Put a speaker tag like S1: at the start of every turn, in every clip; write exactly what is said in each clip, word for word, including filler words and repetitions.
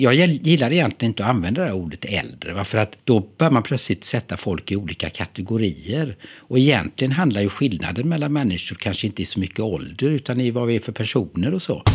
S1: Jag gillar egentligen inte att använda det här ordet äldre. Varför att då bör man plötsligt sätta folk i olika kategorier. Och egentligen handlar ju skillnaden mellan människor kanske inte i så mycket ålder utan i vad vi är för personer och så.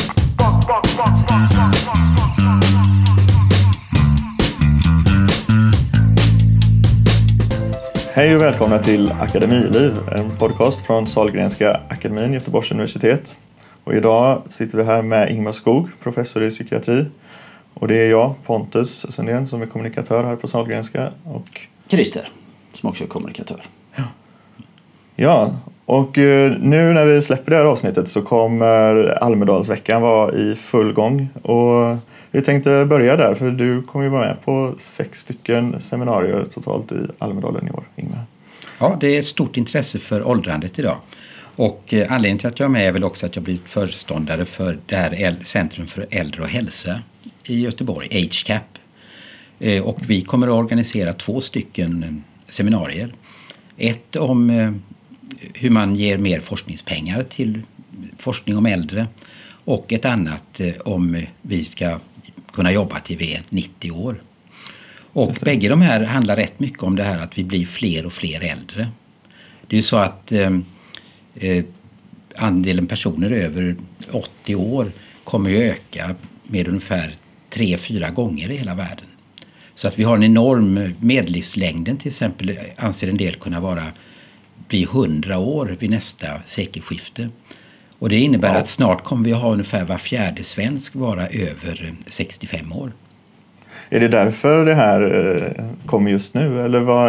S2: Hej och välkomna till Akademiliv, en podcast från Sahlgrenska akademin, Göteborgs universitet. Och idag sitter vi här med Ingmar Skog, professor i psykiatri. Och det är jag, Pontus Sundén, som är kommunikatör här på Sahlgrenska. Och
S3: Christer, som också är kommunikatör.
S2: Ja, ja och nu när vi släpper det här avsnittet så kommer Almedalsveckan vara i full gång. Och vi tänkte börja där, för du kommer ju vara med på sex stycken seminarier totalt i Almedalen i år, Ingmar.
S1: Ja, det är ett stort intresse för åldrandet idag. Och eh, anledningen till att jag är med är väl också att jag blivit föreståndare för det här Centrum för äldre och hälsa i Göteborg, Age Cap. Eh, och vi kommer att organisera två stycken eh, seminarier. Ett om eh, hur man ger mer forskningspengar till forskning om äldre. Och ett annat eh, om vi ska kunna jobba till vi är nittio år. Och bägge de här handlar rätt mycket om det här att vi blir fler och fler äldre. Det är ju så att eh, eh, andelen personer över åttio år kommer ju öka med ungefär tre, fyra gånger i hela världen. Så att vi har en enorm medellivslängden, till exempel anser en del kunna vara bli hundra år vid nästa sekelskifte. Och det innebär ja. att snart kommer vi att ha ungefär var fjärde svensk vara över sextiofem år.
S2: Är det därför det här kommer just nu? Eller vad,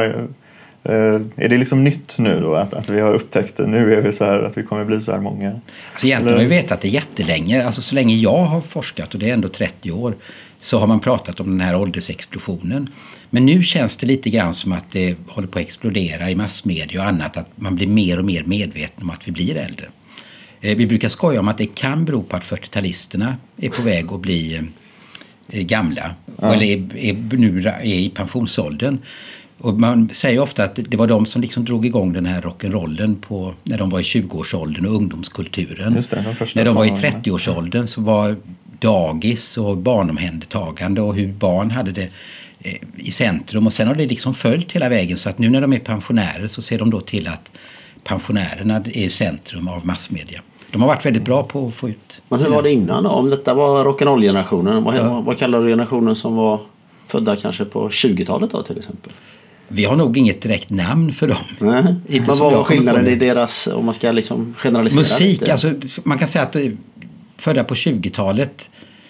S2: är det liksom nytt nu då? Att, att vi har upptäckt det? Nu är vi så här att vi kommer bli så här många?
S1: Alltså egentligen har vi vetat det jättelänge. Alltså så länge jag har forskat, och det är ändå trettio år, så har man pratat om den här åldersexplosionen. Men nu känns det lite grann som att det håller på att explodera i massmedia och annat. Att man blir mer och mer medveten om att vi blir äldre. Vi brukar skoja om att det kan bero på att fyrtiotalisterna är på väg att bli gamla. Ja. Eller är, är, nu är i pensionsåldern. Och man säger ofta att det var de som liksom drog igång den här rock'n'rollen på, när de var i tjugoårsåldern och ungdomskulturen.
S2: Just det, de
S1: när de var i trettioårsåldern så var dagis och barnomhändertagande och hur barn hade det i centrum. Och sen har det liksom följt hela vägen, så att nu när de är pensionärer så ser de då till att pensionärerna är i centrum av massmedia. De har varit väldigt bra på att få ut.
S3: Men hur var det innan då? Om detta var rock'n'roll-generationen, vad, ja. vad kallar du generationen som var födda kanske på tjugotalet då till exempel?
S1: Vi har nog inget direkt namn för dem.
S3: Nej. Men vad var skillnaden i deras, om man ska liksom generalisera
S1: musik,
S3: lite?
S1: alltså man kan säga att födda på tjugotalet,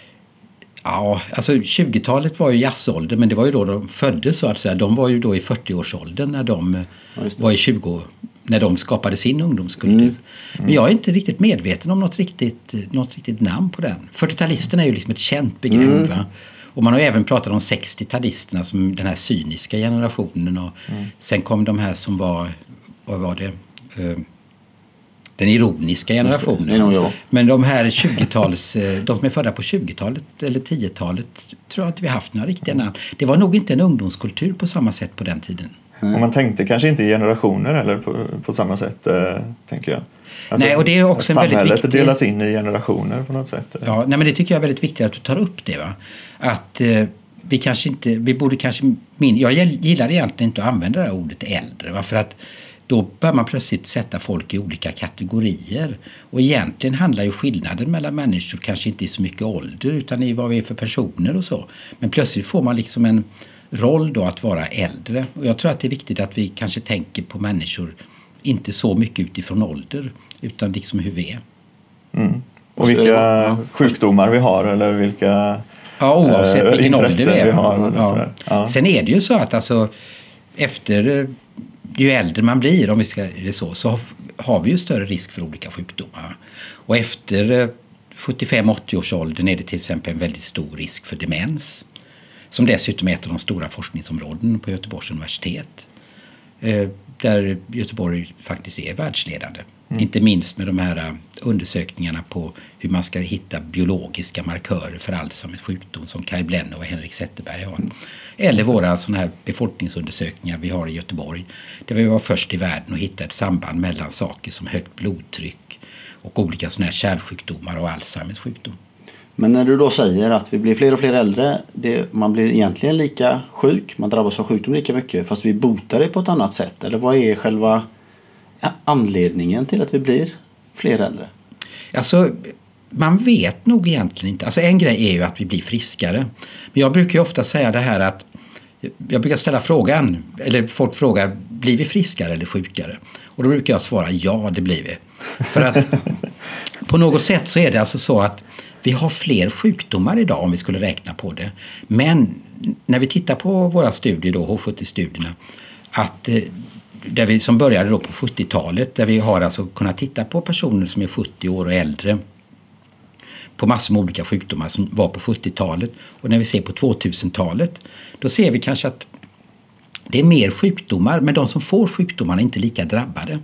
S1: ja, alltså tjugotalet var ju jazzålder, men det var ju då de föddes så att säga. De var ju då i fyrtioårsåldern när de ja, var i tjugo, när de skapade sin ungdomskultur. Mm. Mm. Men jag är inte riktigt medveten om något riktigt, något riktigt namn på den. fyrtiotalisterna är ju liksom ett känt begrepp, mm. va? Och man har även pratat om sextiotalisterna som den här cyniska generationen. Och mm. sen kom de här som var, vad var det? Uh, den ironiska generationen.
S3: Det,
S1: men de här tjugotals, de som är födda på tjugotalet eller tiotalet, tror jag inte vi haft några riktiga namn. Det var nog inte en ungdomskultur på samma sätt på den tiden.
S2: Mm. Och man tänkte kanske inte i generationer eller på, på samma sätt, eh, tänker jag. Alltså
S1: nej, och det är också en väldigt viktig...
S2: Samhället delas in i generationer på något sätt.
S1: Ja, nej, men det tycker jag är väldigt viktigt att du tar upp det, va? Att eh, vi kanske inte, vi borde kanske min, jag gillar egentligen inte att använda det här ordet äldre, va? För att då bör man plötsligt sätta folk i olika kategorier. Och egentligen handlar ju skillnaden mellan människor kanske inte i så mycket ålder utan i vad vi är för personer och så. Men plötsligt får man liksom en roll då att vara äldre. Och jag tror att det är viktigt att vi kanske tänker på människor inte så mycket utifrån ålder utan liksom hur vi är.
S2: Mm. Och vilka ja. sjukdomar vi har eller vilka
S1: ja, oavsett äh, vilken ålder vi,
S2: vi har.
S1: Ja. Ja. Sen är det ju så att alltså, efter ju äldre man blir, om vi ska det så, så har vi ju större risk för olika sjukdomar. Och efter sjuttiofem åttio års åldern är det till exempel en väldigt stor risk för demens. Som dessutom är ett av de stora forskningsområdena på Göteborgs universitet. Eh, där Göteborg faktiskt är världsledande. Mm. Inte minst med de här undersökningarna på hur man ska hitta biologiska markörer för Alzheimers sjukdom som Kai Blenno och Henrik Zetterberg har. Mm. Eller våra sådana här befolkningsundersökningar vi har i Göteborg. Där vi var först i världen att hitta ett samband mellan saker som högt blodtryck och olika sådana här kärlsjukdomar och Alzheimers sjukdom.
S3: Men när du då säger att vi blir fler och fler äldre, det, man blir egentligen lika sjuk, man drabbas av sjukdom lika mycket, fast vi botar det på ett annat sätt. Eller vad är själva anledningen till att vi blir fler äldre?
S1: Alltså, man vet nog egentligen inte. Alltså en grej är ju att vi blir friskare. Men jag brukar ju ofta säga det här att, jag brukar ställa frågan, eller folk frågar, blir vi friskare eller sjukare? Och då brukar jag svara, ja det blir vi. För att på något sätt så är det alltså så att vi har fler sjukdomar idag om vi skulle räkna på det. Men när vi tittar på våra studier då, H sjuttio-studierna, att där vi, som började då på sjuttiotalet, där vi har alltså kunnat titta på personer som är sjuttio år och äldre på massor med olika sjukdomar som var på sjuttiotalet. Och när vi ser på tvåtusentalet, då ser vi kanske att det är mer sjukdomar, men de som får sjukdomarna är inte lika drabbade.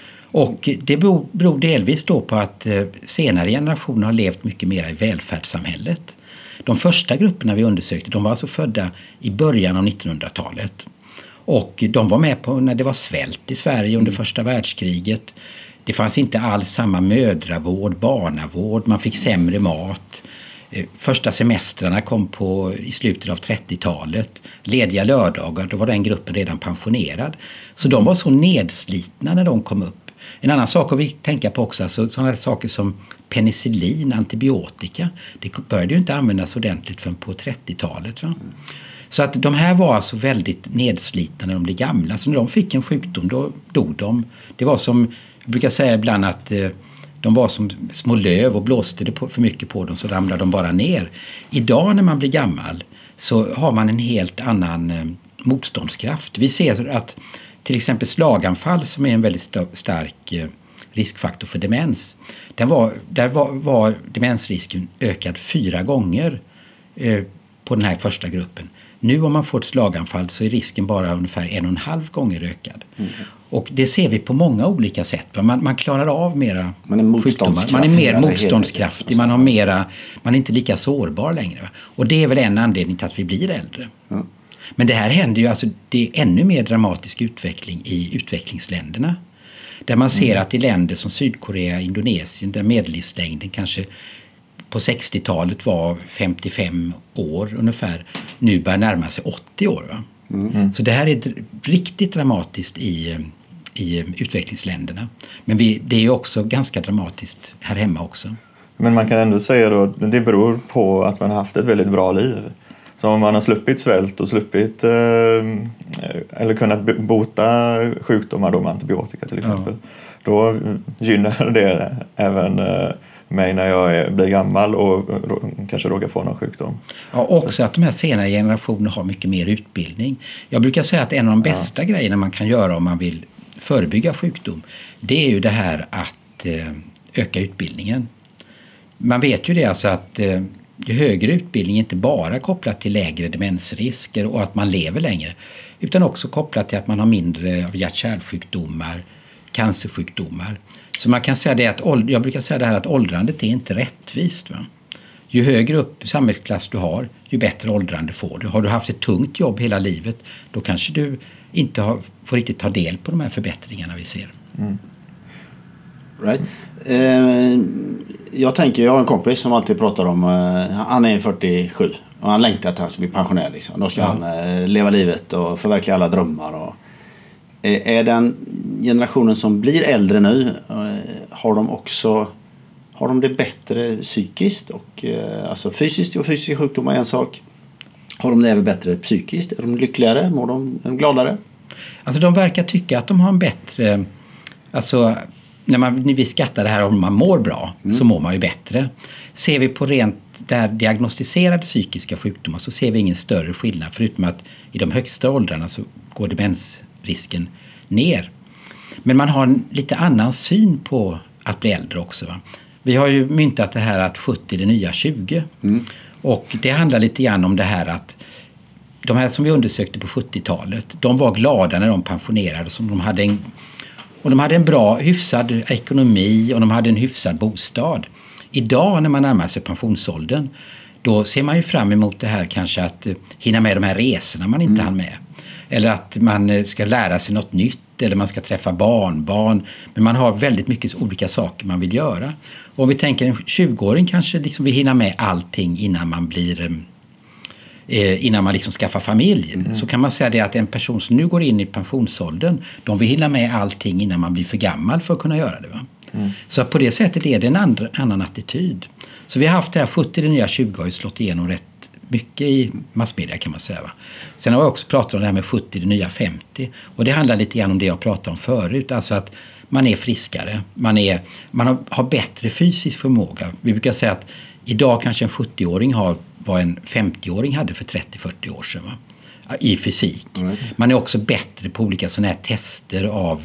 S1: Och det beror, beror delvis då på att senare generationer har levt mycket mer i välfärdssamhället. De första grupperna vi undersökte, de var alltså födda i början av nittonhundratalet. Och de var med på när det var svält i Sverige under första världskriget. Det fanns inte alls samma mödravård, barnavård, man fick sämre mat. Första semestrarna kom på i slutet av trettiotalet. Lediga lördagar, då var den gruppen redan pensionerad. Så de var så nedslitna när de kom upp. En annan sak att vi tänka på också, alltså, sådana saker som penicillin, antibiotika. Det började ju inte användas ordentligt förrän på trettiotalet. Va? Så att de här var alltså väldigt nedslitna när de blev gamla. Så när de fick en sjukdom, då dog de. Det var som, jag brukar säga ibland att eh, de var som små löv och blåste det på, för mycket på dem så ramlade de bara ner. Idag när man blir gammal så har man en helt annan eh, motståndskraft. Vi ser att till exempel slaganfall, som är en väldigt st- stark eh, riskfaktor för demens. Den var, där var, var demensrisken ökad fyra gånger eh, på den här första gruppen. Nu om man får ett slaganfall så är risken bara ungefär en och en halv gånger ökad. Mm. Och det ser vi på många olika sätt. Man, man klarar av mera
S3: man är
S1: sjukdomar. Man är mer motståndskraftig. Man, har mera, man är inte lika sårbar längre. Och det är väl en anledning till att vi blir äldre. Mm. Men det här händer ju, alltså det är ännu mer dramatisk utveckling i utvecklingsländerna. Där man ser mm. att i länder som Sydkorea, Indonesien, där medellivslängden kanske på sextiotalet var femtiofem år ungefär, nu börjar närma sig åttio år. Va? Mm. Så det här är riktigt dramatiskt i, i utvecklingsländerna. Men vi, det är ju också ganska dramatiskt här hemma också. Men
S2: man kan ändå säga då att det beror på att man har haft ett väldigt bra liv. Så om man har sluppit svält och sluppit eh, eller kunnat bota sjukdomar då med antibiotika till exempel. Ja. Då gynnar det även eh, mig när jag är, blir gammal och rå, kanske råkar få någon sjukdom.
S1: Ja, också att de här senare generationerna har mycket mer utbildning. Jag brukar säga att en av de bästa ja. grejerna man kan göra om man vill förebygga sjukdom, det är ju det här att eh, öka utbildningen. Man vet ju det alltså att eh, ju högre utbildning är inte bara kopplat till lägre demensrisker och att man lever längre, utan också kopplat till att man har mindre av hjärt-kärlsjukdomar, cancersjukdomar. Så man kan säga det att, jag brukar säga det här att åldrandet är inte rättvist. Va? Ju högre upp samhällsklass du har, ju bättre åldrande får du. Har du haft ett tungt jobb hela livet, då kanske du inte har, får riktigt ta del på de här förbättringarna vi ser. Mm.
S3: Right. Eh, jag tänker, jag har en kompis som alltid pratar om, eh, han är fyrtiosju och han längtar att han ska bli pensionär. Liksom. Då ska ja. han eh, leva livet och förverkliga alla drömmar. Och, eh, är den generationen som blir äldre nu, eh, har de också har de det bättre psykiskt? Och, eh, alltså fysiskt och fysisk sjukdom är en sak. Har de det även bättre psykiskt? Är de lyckligare? Mår de, är de gladare?
S1: Alltså de verkar tycka att de har en bättre... Alltså... När, man, när vi skattar det här om man mår bra mm. så mår man ju bättre. Ser vi på rent där diagnostiserade psykiska sjukdomar så ser vi ingen större skillnad, förutom att i de högsta åldrarna så går demensrisken ner. Men man har en lite annan syn på att bli äldre också. Va? Vi har ju myntat det här att sjuttio är det nya tjugo. Mm. Och det handlar lite grann om det här att de här som vi undersökte på sjuttiotalet, de var glada när de pensionerade, som de hade en Och de hade en bra, hyfsad ekonomi och de hade en hyfsad bostad. Idag när man närmar sig pensionsåldern, då ser man ju fram emot det här kanske att hinna med de här resorna man inte mm. hann med. Eller att man ska lära sig något nytt eller man ska träffa barnbarn. Men man har väldigt mycket olika saker man vill göra. Och om vi tänker en tjugoåring kanske liksom vill hinna med allting innan man blir eh, innan man liksom skaffar familj. Mm. Så kan man säga det att en person som nu går in i pensionsåldern, de vill hinna med allting innan man blir för gammal för att kunna göra det. Va? Mm. Så på det sättet är det en andra, annan attityd. Så vi har haft det här sjuttio, det nya tjugo har ju slått igenom rätt mycket i massmedia kan man säga. Va? Sen har jag också pratat om det här med sjuttio, det nya femtio. Och det handlar lite grann om det jag pratade om förut. Alltså att man är friskare. Man, är, man har, har bättre fysisk förmåga. Vi brukar säga att idag kanske en sjuttio-åring har vad en femtio-åring hade för trettio till fyrtio år sedan. Va? I fysik. Mm. Man är också bättre på olika sådana här tester av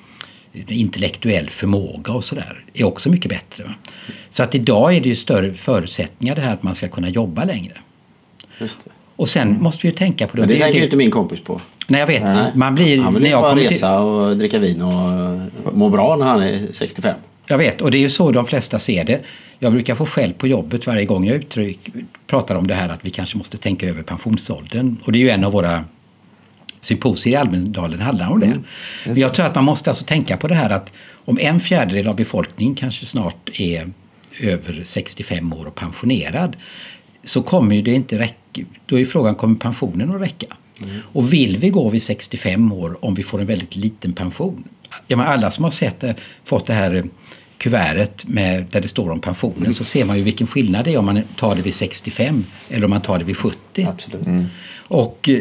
S1: eh, intellektuell förmåga och sådär. Är också mycket bättre. Va? Så att idag är det ju större förutsättningar det här att man ska kunna jobba längre.
S3: Just det.
S1: Och sen mm. måste vi ju tänka på det.
S3: Men det, det tänker
S1: det,
S3: ju inte min kompis på.
S1: Nej, jag vet.
S3: Nej.
S1: Man blir,
S3: han vill ju bara resa
S1: till,
S3: och dricka vin och må bra när han är sextiofem.
S1: Jag vet, och det är ju så de flesta ser det. Jag brukar få skäll på jobbet varje gång jag uttryck, pratar om det här att vi kanske måste tänka över pensionsåldern. Och det är ju en av våra symposier i Almedalen handlar om det. Mm. Men jag tror att man måste alltså tänka på det här att om en fjärdedel av befolkningen kanske snart är över sextiofem år och pensionerad, så kommer ju det inte räcka. Då är frågan, kommer pensionen att räcka? Mm. Och vill vi gå vid sextiofem år om vi får en väldigt liten pension? Ja, men alla som har sett det, fått det här kuvertet med, där det står om pensionen, mm. så ser man ju vilken skillnad det är om man tar det vid sextiofem eller om man tar det vid sjuttio.
S3: Absolut. Mm.
S1: Och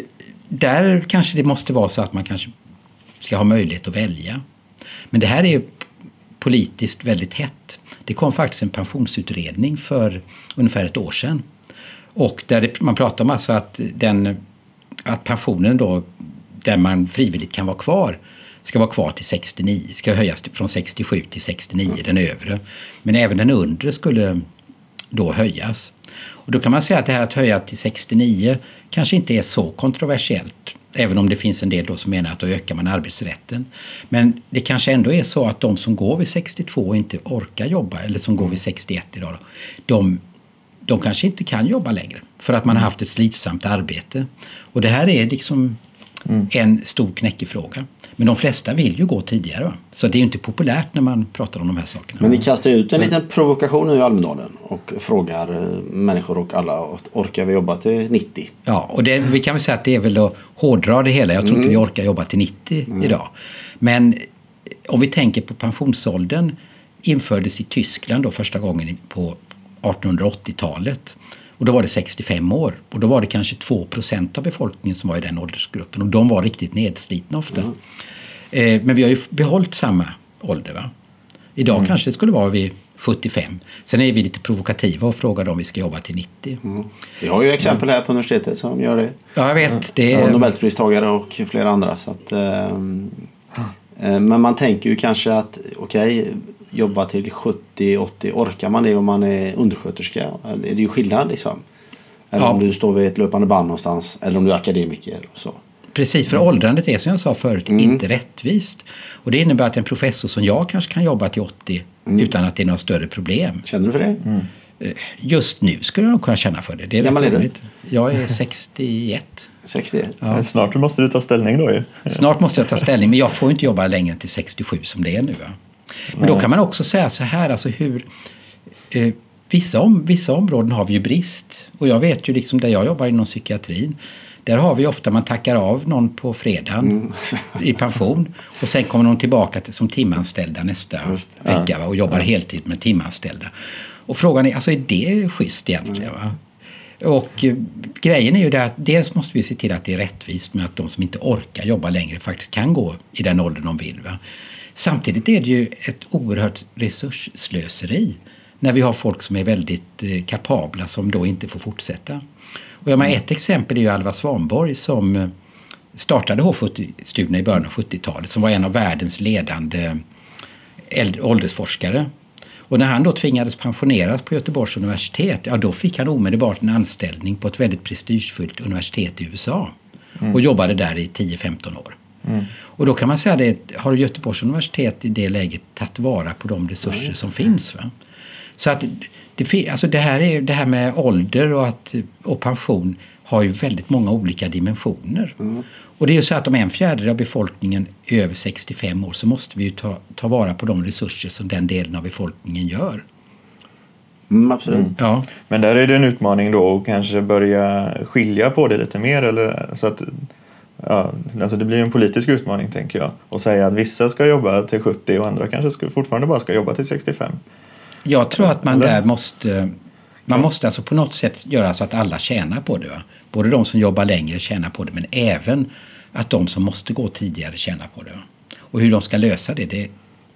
S1: där kanske det måste vara så att man kanske ska ha möjlighet att välja. Men det här är ju politiskt väldigt hett. Det kom faktiskt en pensionsutredning för ungefär ett år sedan. Och där det, man pratar om alltså att, den, att pensionen då, där man frivilligt kan vara kvar, ska vara kvar till sextionio, ska höjas från sextiosju till sextionio, mm. den övre. Men även den undre skulle då höjas. Och då kan man säga att det här att höja till sextionio kanske inte är så kontroversiellt. Även om det finns en del då som menar att då ökar man arbetsrätten. Men det kanske ändå är så att de som går vid sextiotvå och inte orkar jobba, eller som går vid sextioett idag, då, de, de kanske inte kan jobba längre. För att man har haft ett slitsamt arbete. Och det här är liksom mm. en stor knäckefråga. Men de flesta vill ju gå tidigare. Va? Så det är ju inte populärt när man pratar om de här sakerna.
S3: Men ni kastar ut en liten provokation nu i Almedalen och frågar människor och alla, orkar vi jobba till nittio?
S1: Ja, och det, vi kan väl säga att det är väl att hårdra det hela. Jag tror mm. inte vi orkar jobba till nittio mm. idag. Men om vi tänker på pensionsåldern, infördes i Tyskland då första gången på artonhundraåttiotalet. Och då var det sextiofem år. Och då var det kanske två procent av befolkningen som var i den åldersgruppen. Och de var riktigt nedslitna ofta. Mm. Eh, men vi har ju behållit samma ålder, va? Idag mm. kanske det skulle vara vid sjuttiofem. Sen är vi lite provokativa och frågar om vi ska jobba till nittio.
S3: Mm. Vi har ju exempel här på universitetet som gör det.
S1: Ja, jag vet. Det är...
S3: Nobelpristagare och flera andra. Så att, eh, mm. eh, men man tänker ju kanske att okej, okay, jobba till sjuttio åttio, orkar man det om man är undersköterska? Eller är det ju skillnad liksom? Eller ja. Om du står vid ett löpande band någonstans, eller om du är akademiker och så.
S1: Precis, för mm. åldrandet är som jag sa förut mm. inte rättvist. Och det innebär att en professor som jag kanske kan jobba till åttio mm. utan att det är några större problem.
S3: Känner du för det? Mm.
S1: Just nu skulle jag nog kunna känna för det. Det är
S3: ja,
S1: rätt roligt. Jag är sextioett.
S3: sextioett?
S2: Ja. Snart måste du ta ställning då ju.
S1: Snart måste jag ta ställning, men jag får inte jobba längre till sextiosju som det är nu. Va? Men då kan man också säga så här, alltså hur eh, vissa, om, vissa områden har vi ju brist. Och jag vet ju liksom där jag jobbar inom psykiatrin, där har vi ofta, man tackar av någon på fredagen mm. i pension och sen kommer någon tillbaka till, som timanställda nästa Just, vecka ja. va, och jobbar ja. heltid med timanställda. Och frågan är, alltså är det schysst egentligen? Mm. Va? Och eh, grejen är ju det att dels måste vi se till att det är rättvist med att de som inte orkar jobba längre faktiskt kan gå i den åldern de vill. Va? Samtidigt är det ju ett oerhört resursslöseri när vi har folk som är väldigt eh, kapabla som då inte får fortsätta. Och jag menar, ett exempel är ju Alva Svanborg som startade H sjuttio-studierna i början av sjuttiotalet, som var en av världens ledande äldre, åldersforskare. Och när han då tvingades pensioneras på Göteborgs universitet, ja då fick han omedelbart en anställning på ett väldigt prestigefullt universitet i U S A mm. och jobbade där i tio femton år. Mm. Och då kan man säga det, har Göteborgs universitet i det läget tagit vara på de resurser som finns. Va? Så att Det, alltså det, här är, det här med ålder och, att, och pension har ju väldigt många olika dimensioner. Mm. Och det är ju så att om en fjärdedel av befolkningen är över sextiofem år så måste vi ju ta, ta vara på de resurser som den delen av befolkningen gör.
S3: Mm, absolut. Mm.
S1: Ja.
S2: Men där är det en utmaning då att kanske börja skilja på det lite mer. Eller, så att, ja, alltså det blir en politisk utmaning tänker jag. Och säga att vissa ska jobba till sjuttio och andra kanske ska, fortfarande bara ska jobba till sextiofem.
S1: Jag tror att man eller? där måste... Man måste alltså på något sätt göra så att alla tjänar på det. Va? Både de som jobbar längre tjänar på det, men även att de som måste gå tidigare tjänar på det. Va? Och hur de ska lösa det, det är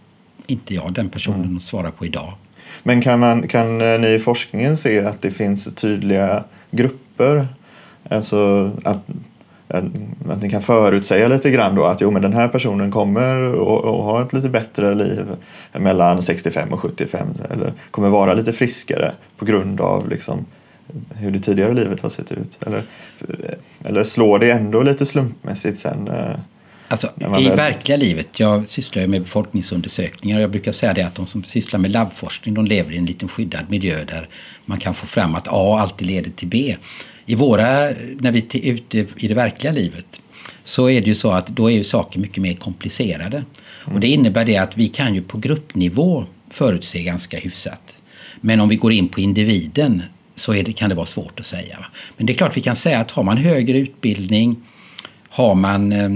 S1: inte jag den personen mm. att svara på idag.
S2: Men kan, man, kan ni i forskningen se att det finns tydliga grupper? Alltså att, att, att ni kan förutsäga lite grann då att jo, men den här personen kommer att ha ett lite bättre liv mellan sextiofem och sjuttiofem eller kommer vara lite friskare på grund av liksom hur det tidigare livet har sett ut? Eller, eller slår det ändå lite slumpmässigt sen?
S1: Alltså i väl... verkliga livet, jag sysslar med befolkningsundersökningar och jag brukar säga det att de som sysslar med labbforskning de lever i en liten skyddad miljö där man kan få fram att A alltid leder till B. I våra, när vi är ute i det verkliga livet så är det ju så att då är ju saker mycket mer komplicerade. Mm. Och det innebär det att vi kan ju på gruppnivå förutse ganska hyfsat. Men om vi går in på individen så är det, kan det vara svårt att säga. Men det är klart vi kan säga att har man högre utbildning, har man, eh,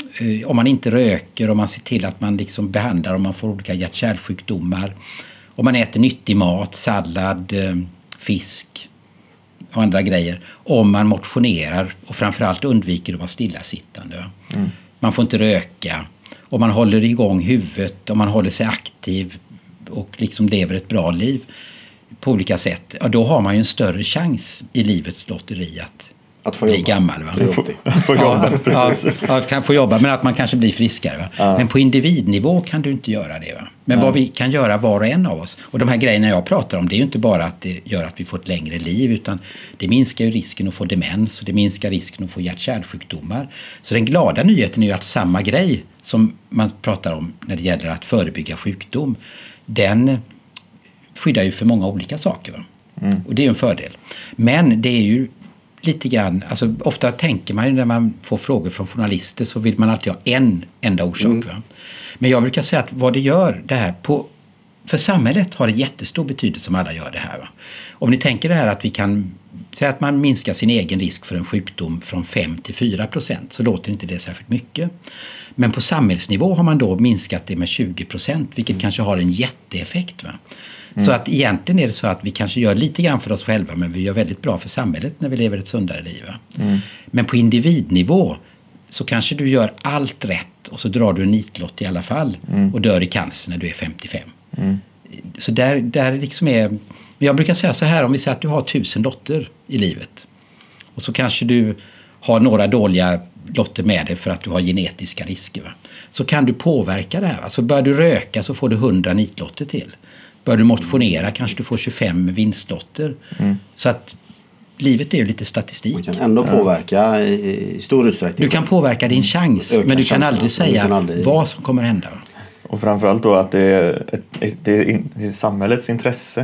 S1: om man inte röker, om man ser till att man liksom behandlar om man får olika hjärt-kärlsjukdomar, om man äter nyttig mat, sallad, eh, fisk och andra grejer, om man motionerar och framförallt undviker att vara stillasittande. Mm. Man får inte röka, om man håller igång huvudet, om man håller sig aktiv och liksom lever ett bra liv på olika sätt, ja, då har man ju en större chans i livets lotteri att,
S3: att få
S1: bli
S3: jobba.
S1: gammal. Va?
S2: Få, få jobba,
S1: ja,
S2: precis.
S1: Ja, ja, kan få jobba, men att man kanske blir friskare. Va? Ja. Men på individnivå kan du inte göra det. Va? Men ja. vad vi kan göra var och en av oss, och de här grejerna jag pratar om, det är ju inte bara att det gör att vi får ett längre liv, utan det minskar ju risken att få demens och det minskar risken att få hjärt-kärlsjukdomar. Så den glada nyheten är ju att samma grej som man pratar om när det gäller att förebygga sjukdom, den skyddar ju för många olika saker. Va? Mm. Och det är ju en fördel. Men det är ju lite grann, alltså ofta tänker man ju när man får frågor från journalister så vill man alltid ha en enda orsak. Mm. Va? Men jag brukar säga att vad det gör det här på, för samhället har det jättestor betydelse om alla gör det här. Va? Om ni tänker det här att vi kan säga att man minskar sin egen risk för en sjukdom från fem till fyra procent, så låter inte det särskilt mycket. Men på samhällsnivå har man då minskat det med tjugo procent, vilket mm. kanske har en jätteeffekt. Va? Mm. Så att egentligen är det så att vi kanske gör lite grann för oss själva, men vi gör väldigt bra för samhället när vi lever ett sundare liv. Va? Mm. Men på individnivå så kanske du gör allt rätt och så drar du en nitlott i alla fall mm. och dör i cancer när du är femtiofem. Mm. Så där, där liksom är... Jag brukar säga så här, om vi säger att du har tusen lotter i livet och så kanske du har några dåliga lotter med dig för att du har genetiska risker. Va? Så kan du påverka det här. Alltså börjar du röka så får du hundra nitlotter till. Börjar du motionera kanske du får tjugofem vinstlotter. Mm. Så att livet är ju lite statistik.
S3: Man kan ändå påverka i, i stor utsträckning.
S1: Du kan påverka din chans, mm. men du kan aldrig säga kan aldrig... vad som kommer hända.
S2: Och framförallt då att det är, ett, det är i samhällets intresse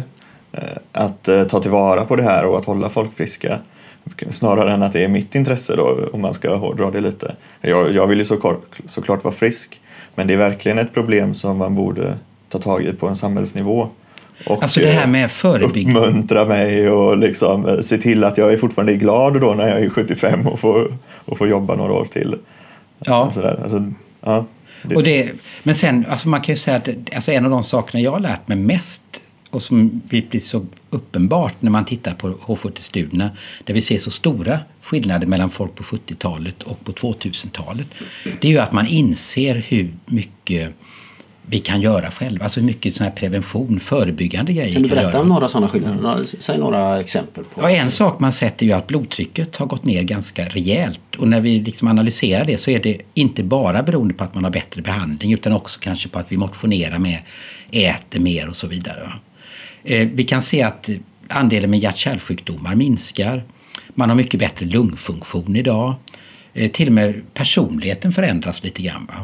S2: att ta tillvara på det här och att hålla folk friska. Snarare än att det är mitt intresse då, om man ska hårdra det lite. Jag, jag vill ju såklart, såklart vara frisk, men det är verkligen ett problem som man borde ta tag i på en samhällsnivå. Och
S1: alltså det här med förebyggande.
S2: Uppmuntra mig och liksom se till att jag är fortfarande glad då när jag är sjuttiofem och får, och får jobba några år till.
S1: Ja.
S2: Alltså, ja det.
S1: Och det, men sen, alltså man kan ju säga att alltså en av de sakerna jag har lärt mig mest och som blir så uppenbart när man tittar på H fyrtio-studierna där vi ser så stora skillnader mellan folk på sjuttiotalet och på tvåtusentalet. Det är ju att man inser hur mycket vi kan göra själva. Alltså hur mycket sån här prevention, förebyggande grejer
S3: kan du berätta
S1: kan göra.
S3: Om några sådana skillnader? Säg några exempel på.
S1: Ja, en sak man sett är ju att blodtrycket har gått ner ganska rejält. Och när vi liksom analyserar det så är det inte bara beroende på att man har bättre behandling utan också kanske på att vi motionerar mer, äter mer och så vidare. Eh, vi kan se att andelen med hjärt-kärlsjukdomar minskar. Man har mycket bättre lungfunktion idag. Eh, till och med personligheten förändras lite grann. Va?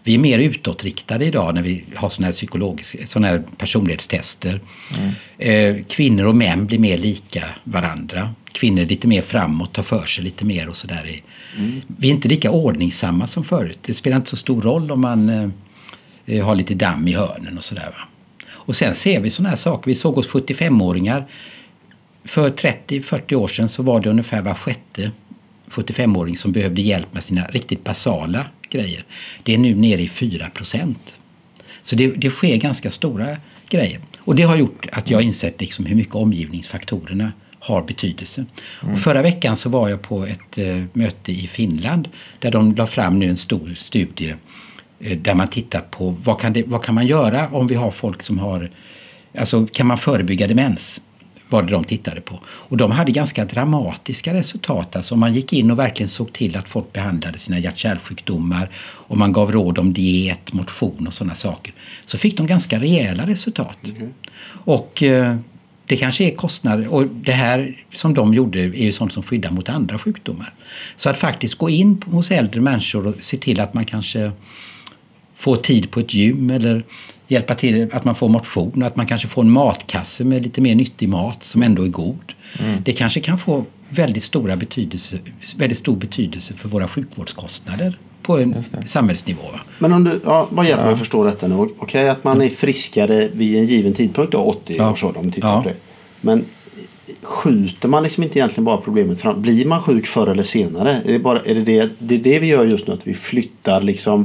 S1: Vi är mer utåtriktade idag när vi har sådana här psykologiska, sådana här personlighetstester. Mm. Eh, kvinnor och män blir mer lika varandra. Kvinnor är lite mer framåt, tar för sig lite mer och sådär. Mm. Vi är inte lika ordningsamma som förut. Det spelar inte så stor roll om man eh, har lite damm i hörnen och sådär, va. Och sen ser vi sådana här saker. Vi såg oss sjuttiofemåringar. För trettio till fyrtio år sedan så var det ungefär var sjätte sjuttiofemåring som behövde hjälp med sina riktigt basala grejer. Det är nu nere i fyra procent. Så det, det sker ganska stora grejer. Och det har gjort att jag insett liksom hur mycket omgivningsfaktorerna har betydelse. Mm. Och förra veckan så var jag på ett eh, möte i Finland där de la fram nu en stor studie eh, där man tittar på vad kan, det, vad kan man göra om vi har folk som har, alltså kan man förebygga demens? Var det de tittade på. Och de hade ganska dramatiska resultat. Alltså om man gick in och verkligen såg till att folk behandlade sina hjärt-kärlsjukdomar och man gav råd om diet, motion och sådana saker, så fick de ganska rejäla resultat. Mm. Och eh, det kanske är kostnader, och det här som de gjorde är ju sånt som skyddar mot andra sjukdomar. Så att faktiskt gå in hos äldre människor och se till att man kanske får tid på ett gym eller hjälpa till att man får motion, att man kanske får en matkasse med lite mer nyttig mat som ändå är god. Mm. Det kanske kan få väldigt, stora betydelse, väldigt stor betydelse för våra sjukvårdskostnader på en samhällsnivå. Va? Men om du, ja, vad hjälper jag ja. förstå detta nu? Okej, okay, att man är friskare vid en given tidpunkt, då, åttio ja. års ålder om vi tittar ja. på det. Men skjuter man liksom inte egentligen bara problemet fram? Blir man sjuk förr eller senare? Är det, bara, är det, det, det är det vi gör just nu, att vi flyttar liksom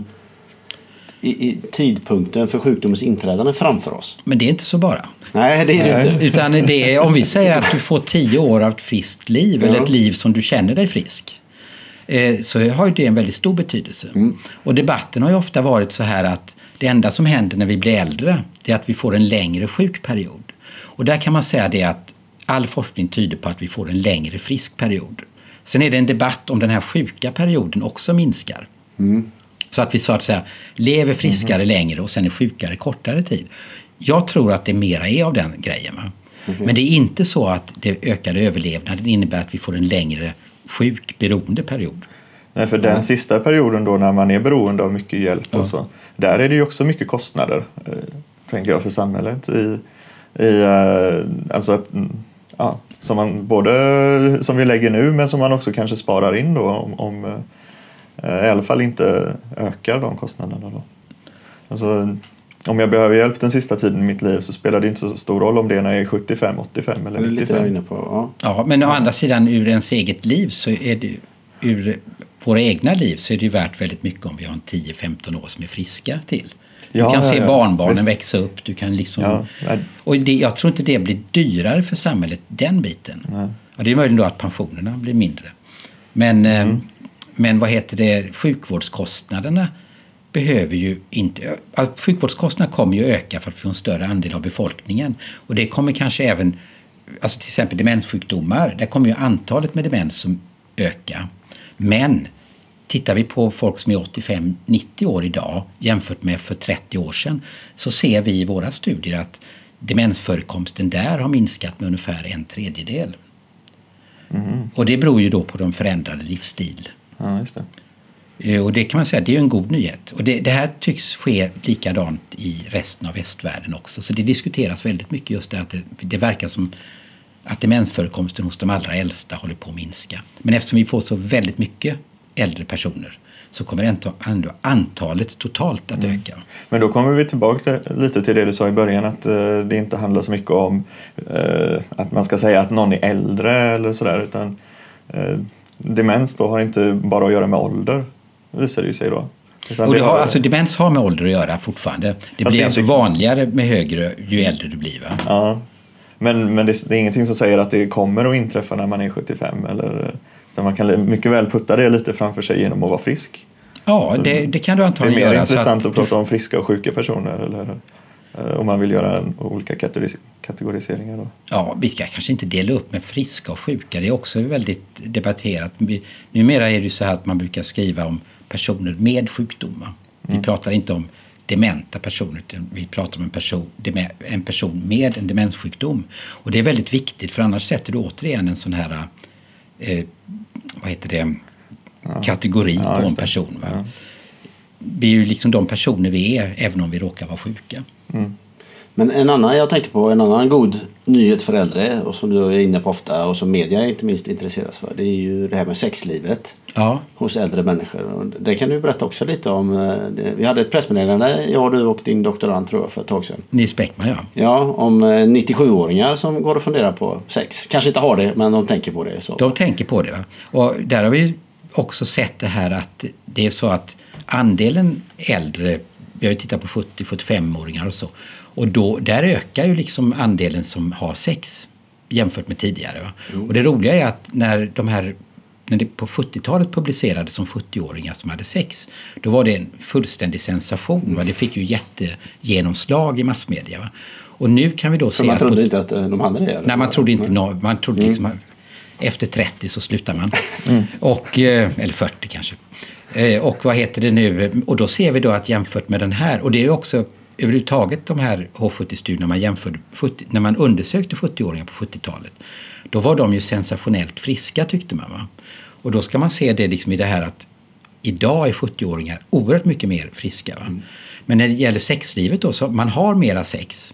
S1: I, i tidpunkten för sjukdomens inträdande framför oss. Men det är inte så bara. Nej, det är det inte. Utan det är, om vi säger att du får tio år av ett friskt liv, ja. eller ett liv som du känner dig frisk, eh, så har ju det en väldigt stor betydelse. Mm. Och debatten har ju ofta varit så här att det enda som händer när vi blir äldre, det är att vi får en längre sjukperiod. Och där kan man säga det att all forskning tyder på att vi får en längre frisk period. Sen är det en debatt om den här sjuka perioden också minskar. Mm. Så att vi så att säga lever friskare mm. längre och sen är sjukare kortare tid. Jag tror att det mera är av den grejen. Va? Mm. Men det är inte så att det ökade överlevnaden innebär att vi får en längre sjukberoende period.
S2: Nej, för den mm. sista perioden då när man är beroende av mycket hjälp och mm. så. Där är det ju också mycket kostnader, eh, tänker jag, för samhället. I, i, eh, alltså att, ja, som man både som vi lägger nu, men som man också kanske sparar in då om... om i alla fall inte ökar de kostnaderna då. Alltså, om jag behöver hjälp den sista tiden i mitt liv så spelar det inte så stor roll om det är när jag är sjuttiofem, åttiofem eller nittiofem. Inne på, ja.
S1: ja, men å andra sidan ur ens eget liv så är det, ur våra egna liv så är det ju värt väldigt mycket om vi har en tio till femton år som är friska till. Du ja, kan se ja, barnbarnen visst. växa upp. Du kan liksom, ja, och det, jag tror inte det blir dyrare för samhället, den biten. Ja, det är möjligt då att pensionerna blir mindre. Men... Mm. Men vad heter det, sjukvårdskostnaderna behöver ju inte, alltså sjukvårdskostnaderna kommer ju öka för att få en större andel av befolkningen. Och det kommer kanske även, alltså till exempel demenssjukdomar, där kommer ju antalet med demens som öka. Men tittar vi på folk som är åttiofem till nittio år idag jämfört med för trettio år sedan, så ser vi i våra studier att demensförekomsten där har minskat med ungefär en tredjedel. Mm. Och det beror ju då på de förändrade livsstil.
S2: Ja, just det.
S1: Och det kan man säga, det är ju en god nyhet. Och det, det här tycks ske likadant i resten av västvärlden också. Så det diskuteras väldigt mycket just det att det, det verkar som att demensförekomsten hos de allra äldsta håller på att minska. Men eftersom vi får så väldigt mycket äldre personer så kommer ändå antalet totalt att öka. Mm.
S2: Men då kommer vi tillbaka lite till det du sa i början, att uh, det inte handlar så mycket om uh, att man ska säga att någon är äldre eller sådär, utan uh, demens då har inte bara att göra med ålder, visar det ju sig då.
S1: Och det har, alltså, demens har med ålder att göra fortfarande. Det blir det alltså inte vanligare med högre ju äldre du blir, va?
S2: Ja, men, men det, det är ingenting som säger att det kommer att inträffa när man är sjuttiofem. Eller, man kan mycket väl putta det lite framför sig genom att vara frisk.
S1: Ja, det, det kan du antagligen göra.
S2: Det är mer göra, intressant att, att prata om friska och sjuka personer, eller om man vill göra en, olika kategoris- kategoriseringar då.
S1: Ja, vi ska kanske inte dela upp med friska och sjuka. Det är också väldigt debatterat. Numera är det så här att man brukar skriva om personer med sjukdomar. Vi mm. pratar inte om dementa personer, utan vi pratar om en person, en person med en demenssjukdom. Och det är väldigt viktigt, för annars sätter du återigen en sån här eh, vad heter det, ja. kategori ja, på en person. Va? Ja. vi är ju liksom de personer vi är, även om vi råkar vara sjuka.
S2: Mm.
S3: Men en annan, jag tänkte på en annan god nyhet för äldre och som du är inne på ofta och som media inte minst intresseras för, det är ju det här med sexlivet
S1: ja.
S3: hos äldre människor. Och det kan du berätta också lite om. Det. Vi hade ett pressmeddelande, jag, du och din doktorand tror jag för ett tag sedan.
S1: Nils Beckman, ja.
S3: Ja, om nittiosjuåringar som går och funderar på sex. Kanske inte har det, men de tänker på det. Så.
S1: De tänker på det. Va? Och där har vi också sett det här att det är så att andelen äldre, vi har ju tittat på sjuttio till sjuttiofem-åringar och så. Och då, där ökar ju liksom andelen som har sex jämfört med tidigare. Va? Mm. Och det roliga är att när de här, när det på sjuttiotalet publicerades som sjuttio-åringar som hade sex, då var det en fullständig sensation. Mm. Va? Det fick ju jättegenomslag i massmedia. Va? Och nu kan vi då
S3: så
S1: se...
S3: man trodde
S1: på,
S3: inte att de hade det? Eller?
S1: Nej, man trodde inte... No, man trodde mm. liksom... Efter trettio så slutar man. Mm. Och, eller fyrtio kanske. Och vad heter det nu? Och då ser vi då att jämfört med den här, och det är ju också överhuvudtaget de här H sjuttio-studierna man jämförde, när man undersökte sjuttio-åringar på sjuttiotalet, då var de ju sensationellt friska tyckte man. Va? Och då ska man se det liksom i det här att idag är sjuttio-åringar oerhört mycket mer friska. Va? Mm. Men när det gäller sexlivet då, så man har mera sex.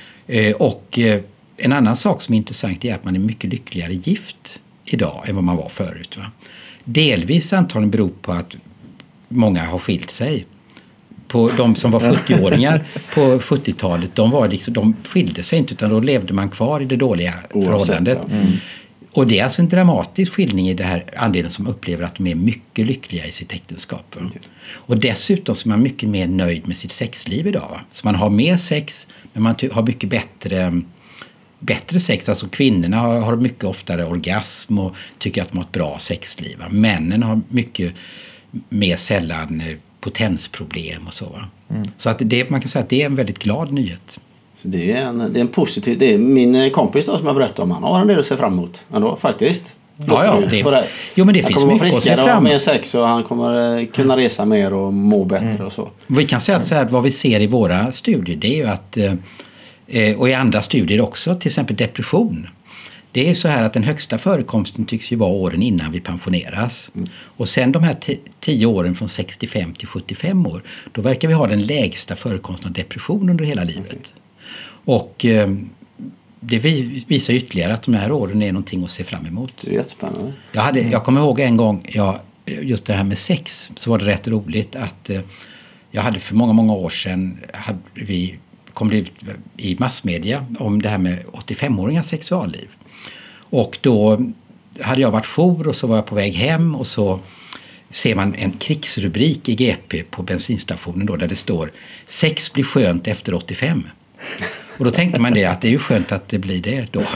S1: Och en annan sak som är intressant är att man är mycket lyckligare gift idag än vad man var förut. Va? Delvis antagligen beror på att många har skilt sig. På de som var sjuttio-åringar på sjuttiotalet, de, var liksom, de skilde sig inte utan då levde man kvar i det dåliga Oavsett, förhållandet. Ja. Mm. Och det är alltså en dramatisk skillning i det här andelen som upplever att de är mycket lyckliga i sitt äktenskap. Okay. Och dessutom så är man mycket mer nöjd med sitt sexliv idag. Va? Så man har mer sex men man har mycket bättre... bättre sex, alltså kvinnorna har, har mycket oftare orgasm och tycker att de har ett bra sexliv. Va? Männen har mycket mer sällan potensproblem och så. Va? Mm. Så att det, man kan säga att det är en väldigt glad nyhet.
S3: Så det är en, det är en positiv, det är min kompis då som jag berättade om, han har en del att se fram emot ändå faktiskt.
S1: Ja, ja, det, det. Jo, men det
S3: han
S1: finns mycket att se fram emot. Han kommer
S3: mer sex och han kommer kunna resa mer och må bättre mm. och så.
S1: Vi kan säga att så här, vad vi ser i våra studier, det är ju att och i andra studier också, till exempel depression. Det är så här att den högsta förekomsten tycks ju vara åren innan vi pensioneras. Mm. Och sen de här t- tio åren från sextiofem till sjuttiofem år, då verkar vi ha den lägsta förekomsten av depression under hela livet. Okay. Och eh, det visar ytterligare att de här åren är någonting att se fram emot.
S3: Det är jättespännande.
S1: Jag, hade, jag kommer ihåg en gång, jag, just det här med sex, så var det rätt roligt att eh, jag hade för många, många år sedan, hade vi kom det ut i massmedia om det här med åttiofem-åringars sexualliv. Och då hade jag varit jour och så var jag på väg hem och så ser man en krigsrubrik i G P på bensinstationen då där det står sex blir skönt efter åttiofem. Och då tänkte man det att det är ju skönt att det blir det då.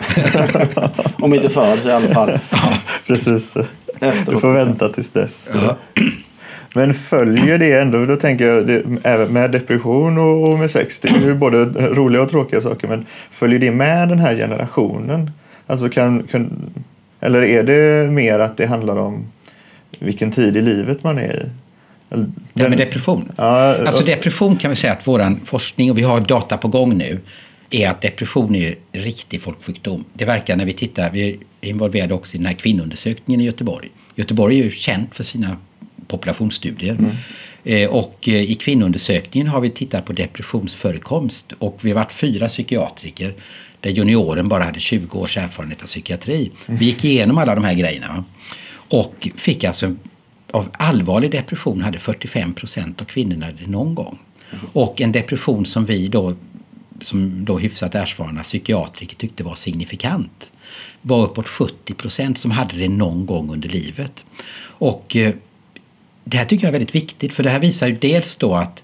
S3: Om inte för så i alla fall.
S2: Ja, precis.
S3: Efter
S2: du får vänta tills dess.
S1: Ja.
S2: Men följer det ändå, då tänker jag det, även med depression och, och med sex, det är ju både roliga och tråkiga saker, men följer det med den här generationen? Alltså kan, kan, eller är det mer att det handlar om vilken tid i livet man är i? Den,
S1: det med depression?
S2: Ja,
S1: alltså depression kan vi säga att våran forskning, och vi har data på gång nu, är att depression är en riktig folksjukdom. Det verkar när vi tittar, vi är involverade också i den här kvinnoundersökningen i Göteborg. Göteborg är ju känt för sina populationsstudier. Mm. Eh, och eh, i kvinnoundersökningen har vi tittat på depressionsförekomst och vi har varit fyra psykiatriker där junioren bara hade tjugo års erfarenhet av psykiatri. Mm. Vi gick igenom alla de här grejerna och fick alltså av allvarlig depression hade fyrtiofem procent av kvinnorna det någon gång. Mm. Och en depression som vi då som då hyfsat erfarna psykiatriker tyckte var signifikant var uppåt sjuttio procent som hade det någon gång under livet. Och eh, det här tycker jag är väldigt viktigt, för det här visar ju dels då att,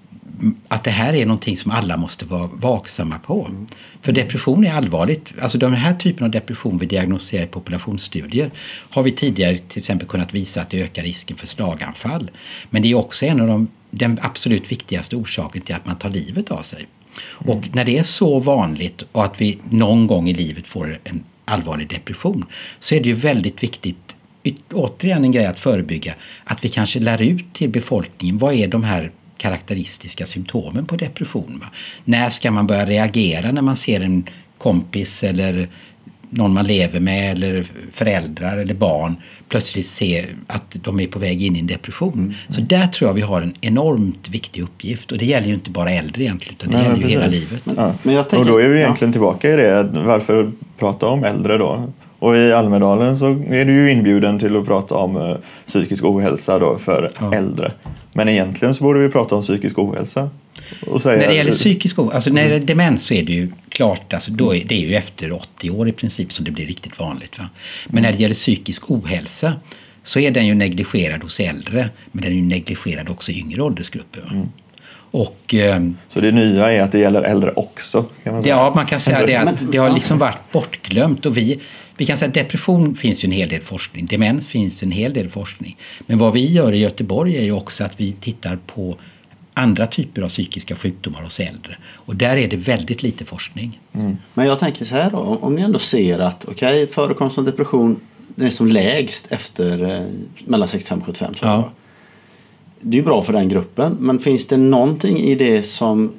S1: att det här är någonting som alla måste vara vaksamma på. Mm. För depression är allvarligt. Alltså den här typen av depression vi diagnostiserar i populationsstudier har vi tidigare till exempel kunnat visa att det ökar risken för slaganfall. Men det är också en av de den absolut viktigaste orsaken till att man tar livet av sig. Mm. Och när det är så vanligt och att vi någon gång i livet får en allvarlig depression, så är det ju väldigt viktigt, återigen en grej att förebygga, att vi kanske lär ut till befolkningen vad är de här karaktäristiska symptomen på depression. Va? När ska man börja reagera när man ser en kompis eller någon man lever med eller föräldrar eller barn plötsligt ser att de är på väg in i en depression. Mm. Så där tror jag vi har en enormt viktig uppgift. Och det gäller ju inte bara äldre egentligen, utan det Nej, gäller ju hela livet.
S2: Ja. Men jag tänker, och då är vi egentligen ja. tillbaka i det. Varför prata om äldre då? Och i Almedalen så är du ju inbjuden till att prata om uh, psykisk ohälsa då för ja. äldre. Men egentligen så borde vi prata om psykisk ohälsa. Och säga,
S1: när det gäller psykisk ohälsa, alltså när det är demens så är det ju klart, alltså då är det är ju efter åttio år i princip som det blir riktigt vanligt. Va? Men mm. när det gäller psykisk ohälsa så är den ju negligerad hos äldre, men den är ju negligerad också i yngre åldersgrupper. Va? Mm. Och, um,
S2: så det nya är att det gäller äldre också? Kan man säga.
S1: Ja, man kan säga det att det har liksom varit bortglömt. Och vi, vi kan säga att depression finns ju en hel del forskning. Demens finns en hel del forskning. Men vad vi gör i Göteborg är ju också att vi tittar på andra typer av psykiska sjukdomar hos äldre. Och där är det väldigt lite forskning.
S3: Mm. Men jag tänker så här då. Om ni ändå ser att okay, förekomsten av depression är som lägst efter eh, mellan sextiofem och sjuttiofem. Så ja. Det är ju bra för den gruppen. Men finns det någonting i det som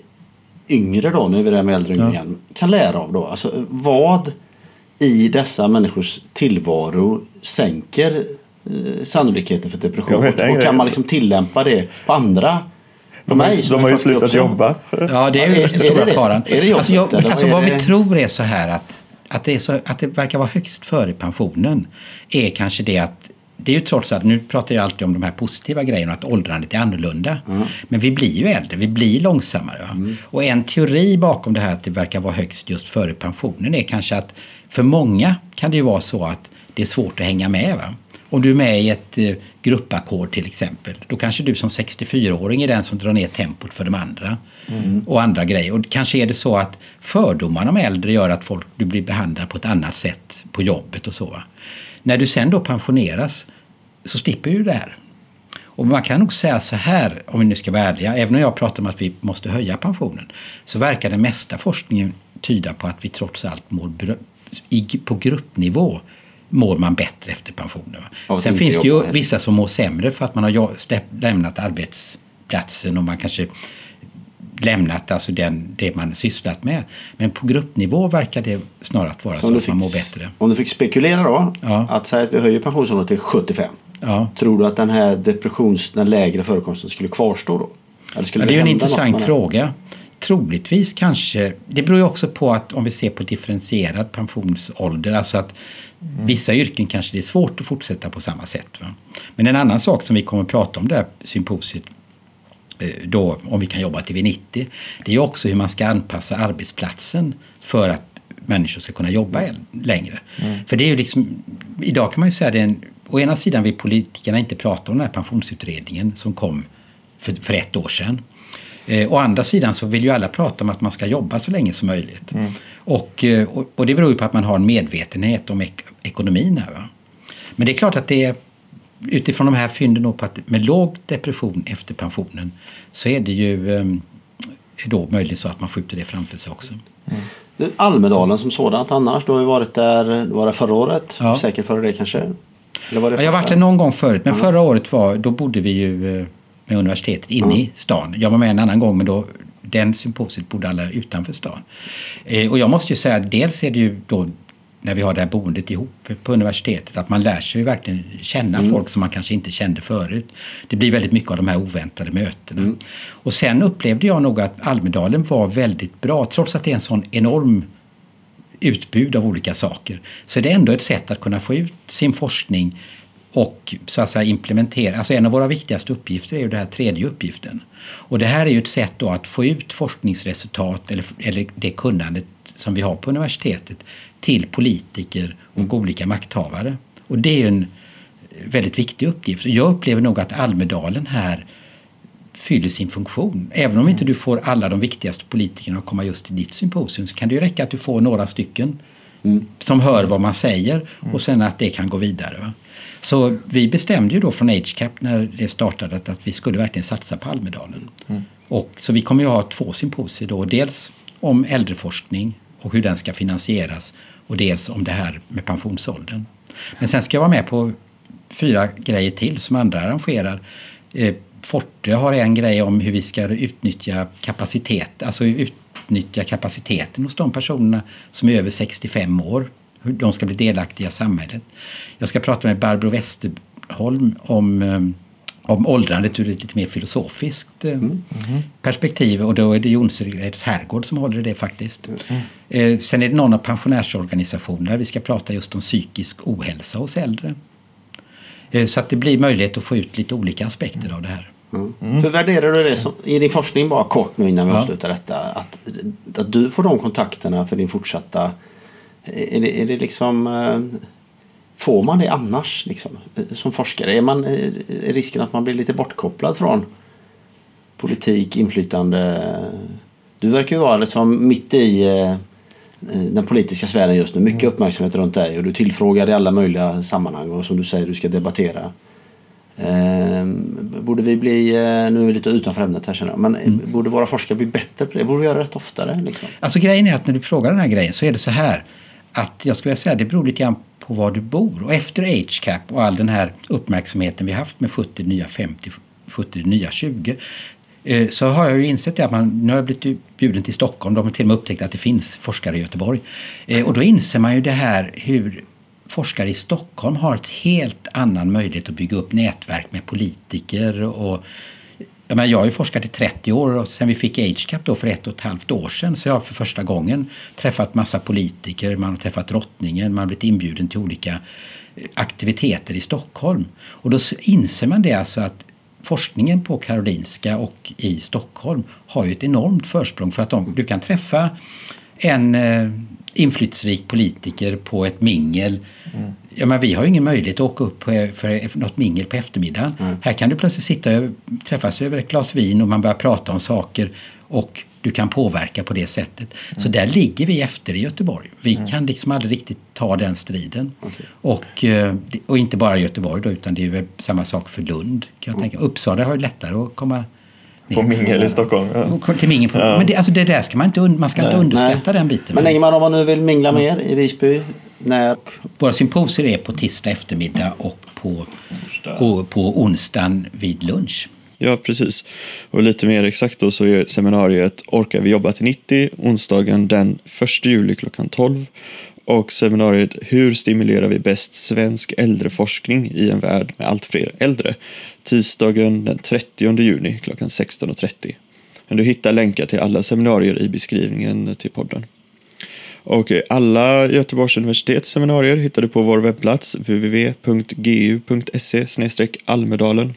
S3: yngre då, nu är vi där med äldre ja. igen, kan lära av då? Alltså vad i dessa människors tillvaro sänker eh, sannolikheten för depression? Och, och kan man liksom tillämpa det på andra? På
S2: de, mig, de har ju slutat också. jobba.
S1: Ja, det är ju ja, den stora faran.
S3: Är det jobbet,
S1: alltså, jag, alltså vad
S3: det...
S1: vi tror är så här att, att, det är så, att det verkar vara högst före pensionen är kanske det att det är ju trots att, nu pratar jag alltid om de här positiva grejerna, att åldrandet är annorlunda. Mm. Men vi blir ju äldre, vi blir långsammare. Va? Mm. Och en teori bakom det här att det verkar vara högst just före pensionen är kanske att för många kan det ju vara så att det är svårt att hänga med. Va? Om du är med i ett eh, gruppackord till exempel, då kanske du som sextiofyraåring är den som drar ner tempot för de andra. Mm. Och andra grejer. Och kanske är det så att fördomarna om äldre gör att folk, du blir behandlad på ett annat sätt på jobbet och så. Va? När du sen då pensioneras så slipper du det här. Och man kan nog säga så här, om vi nu ska vara ärliga, även om jag pratar om att vi måste höja pensionen, så verkar den mesta forskningen tyda på att vi trots allt mår br- i, på gruppnivå mår man bättre efter pensionen. Ja, sen finns det ju heller. Vissa som mår sämre för att man har lämnat arbetsplatsen och man kanske lämnat alltså den, det man sysslat med. Men på gruppnivå verkar det snarare vara så, så att man mår bättre.
S3: Om du fick spekulera då, ja. att säga att vi höjer pensionsåldern till sjuttiofem. Ja. Tror du att den här depressions, den lägre förekomsten skulle kvarstå då? Eller skulle
S1: ja, det är ju en intressant fråga. Troligtvis kanske, det beror ju också på att om vi ser på differentierad pensionsålder, alltså att mm. vissa yrken kanske det är svårt att fortsätta på samma sätt. Va? Men en annan sak som vi kommer att prata om det här symposiet då, om vi kan jobba till vid nittio, det är ju också hur man ska anpassa arbetsplatsen för att människor ska kunna jobba mm. längre. Mm. För det är ju liksom, idag kan man ju säga det, en, å ena sidan vill politikerna inte prata om den här pensionsutredningen som kom för, för ett år sedan. Eh, å andra sidan så vill ju alla prata om att man ska jobba så länge som möjligt. Mm. Och, och, och det beror ju på att man har en medvetenhet om ek- ekonomin här. Va? Men det är klart att det är utifrån de här fynden på att med låg depression efter pensionen så är det ju eh, då möjligen så att man skjuter det framför sig också.
S3: Mm. Almedalen som sådant annars, då har vi varit där, var det förra året? Ja. Säkert före det kanske? Eller var det
S1: ja, jag har varit där någon gång förut, men mm. förra året var, då bodde vi ju med universitetet inne mm. i stan. Jag var med en annan gång, men då den symposiet bodde alla utanför stan. Eh, och jag måste ju säga, dels är det ju då när vi har det här boendet ihop på universitetet, att man lär sig ju verkligen känna mm. folk som man kanske inte kände förut. Det blir väldigt mycket av de här oväntade mötena. Mm. Och sen upplevde jag nog att Almedalen var väldigt bra, trots att det är en sån enorm utbud av olika saker. Så är det ändå ett sätt att kunna få ut sin forskning och så att säga implementera. Alltså en av våra viktigaste uppgifter är ju den här tredje uppgiften. Och det här är ju ett sätt då att få ut forskningsresultat eller, eller det kunnandet som vi har på universitetet till politiker och mm. olika makthavare. Och det är ju en väldigt viktig uppgift. Jag upplever nog att Almedalen här fyller sin funktion. Även om inte du får alla de viktigaste politikerna att komma just till ditt symposium, så kan det ju räcka att du får några stycken mm. som hör vad man säger mm. och sen att det kan gå vidare. Va? Så vi bestämde ju då från Age Cap när det startade att vi skulle verkligen satsa på Almedalen. Mm. Och så vi kommer ju ha två symposier då. Dels om äldreforskning och hur den ska finansieras, och dels om det här med pensionsåldern. Men sen ska jag vara med på fyra grejer till som andra arrangerar. Eh, Forte har en grej om hur vi ska utnyttja kapacitet, alltså utnyttja kapaciteten hos de personerna som är över sextiofem år hur de ska bli delaktiga i samhället. Jag ska prata med Barbro Westerholm om, om åldrandet ur ett lite mer filosofiskt mm. Mm. perspektiv, och då är det Jonsereds herrgård som håller det faktiskt. Mm. Sen är det någon av pensionärsorganisationerna. Vi ska prata just om psykisk ohälsa hos äldre. Så att det blir möjlighet att få ut lite olika aspekter av det här.
S3: Mm. Mm. Hur värderar du det som, i din forskning, bara kort nu innan vi ja. avslutar detta, att, att du får de kontakterna för din fortsatta, är det, är det liksom, får man det annars liksom, som forskare? Är, man, är risken att man blir lite bortkopplad från politik, inflytande? Du verkar ju vara liksom mitt i den politiska sfären just nu, mycket uppmärksamhet runt dig, och du tillfrågar i alla möjliga sammanhang, och som du säger, du ska debattera. Eh, borde vi bli, nu är vi lite utanför ämnet här känner jag, men mm. borde våra forskare bli bättre på det? Borde vi göra rätt oftare? Liksom?
S1: Alltså grejen är att när du frågar den här grejen så är det så här, att jag skulle säga det beror lite grann på var du bor. Och efter Age Cap och all den här uppmärksamheten vi haft med sjuttio nya femtio, sjuttio nya tjugo, eh, så har jag ju insett att man, nu har jag blivit bjuden till Stockholm, de har till och med upptäckt att det finns forskare i Göteborg. Eh, och då inser man ju det här hur forskare i Stockholm har ett helt annan möjlighet att bygga upp nätverk med politiker. Och, jag, menar, jag har ju forskat i trettio år, och sen vi fick Age Cap då för ett och ett halvt år sedan, så jag har för första gången träffat massa politiker, man har träffat drottningen, man har blivit inbjuden till olika aktiviteter i Stockholm. Och då inser man det alltså att forskningen på Karolinska och i Stockholm har ju ett enormt försprång, för att de, du kan träffa en eh, inflytelserik politiker på ett mingel. Mm. Ja, men vi har ju ingen möjlighet att åka upp på, för något mingel på eftermiddagen. Mm. Här kan du plötsligt sitta och träffas över ett glas vin och man börjar prata om saker och du kan påverka på det sättet. Mm. Så där ligger vi efter i Göteborg. Vi mm. kan liksom aldrig riktigt ta den striden. Okay. Och, och inte bara Göteborg då, utan det är ju samma sak för Lund. Kan jag mm. tänka. Uppsala har ju lättare att komma
S2: på mingel i Stockholm. Ja.
S1: Till mingel på. Ja. Men det, alltså det där ska man inte, man ska inte underskatta Nej. den biten.
S3: Men Ingemar, om man nu vill mingla mer i Visby, när...
S1: Våra symposier är på tisdag eftermiddag och på, på, på onsdagen vid lunch.
S2: Ja, precis. Och lite mer exakt då så är seminariet Orkar vi jobba till nittio, onsdagen den första juli klockan tolv. Och seminariet Hur stimulerar vi bäst svensk äldreforskning i en värld med allt fler äldre? Tisdagen den trettionde juni klockan sexton och trettio. Men du hittar länkar till alla seminarier i beskrivningen till podden. Och alla Göteborgs universitets seminarier hittar du på vår webbplats w w w punkt g u punkt s e slash almedalen.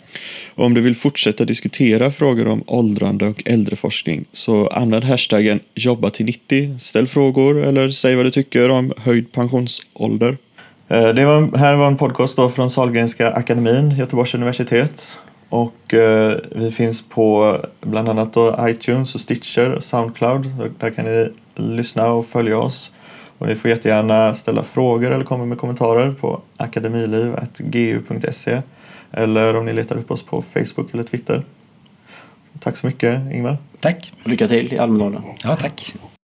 S2: Och om du vill fortsätta diskutera frågor om åldrande och äldreforskning så använd hashtaggen jobba till nittio, ställ frågor eller säg vad du tycker om höjd pensionsålder. Det var, här var en podcast då från Sahlgrenska akademin, Göteborgs universitet. Och eh, vi finns på bland annat då iTunes och Stitcher och Soundcloud. Där kan ni lyssna och följa oss. Och ni får jättegärna ställa frågor eller komma med kommentarer på akademiliv snabel-a g u punkt s e. Eller om ni letar upp oss på Facebook eller Twitter. Tack så mycket, Ingmar.
S1: Tack.
S3: Lycka till i Almedalen.
S1: Ja, tack.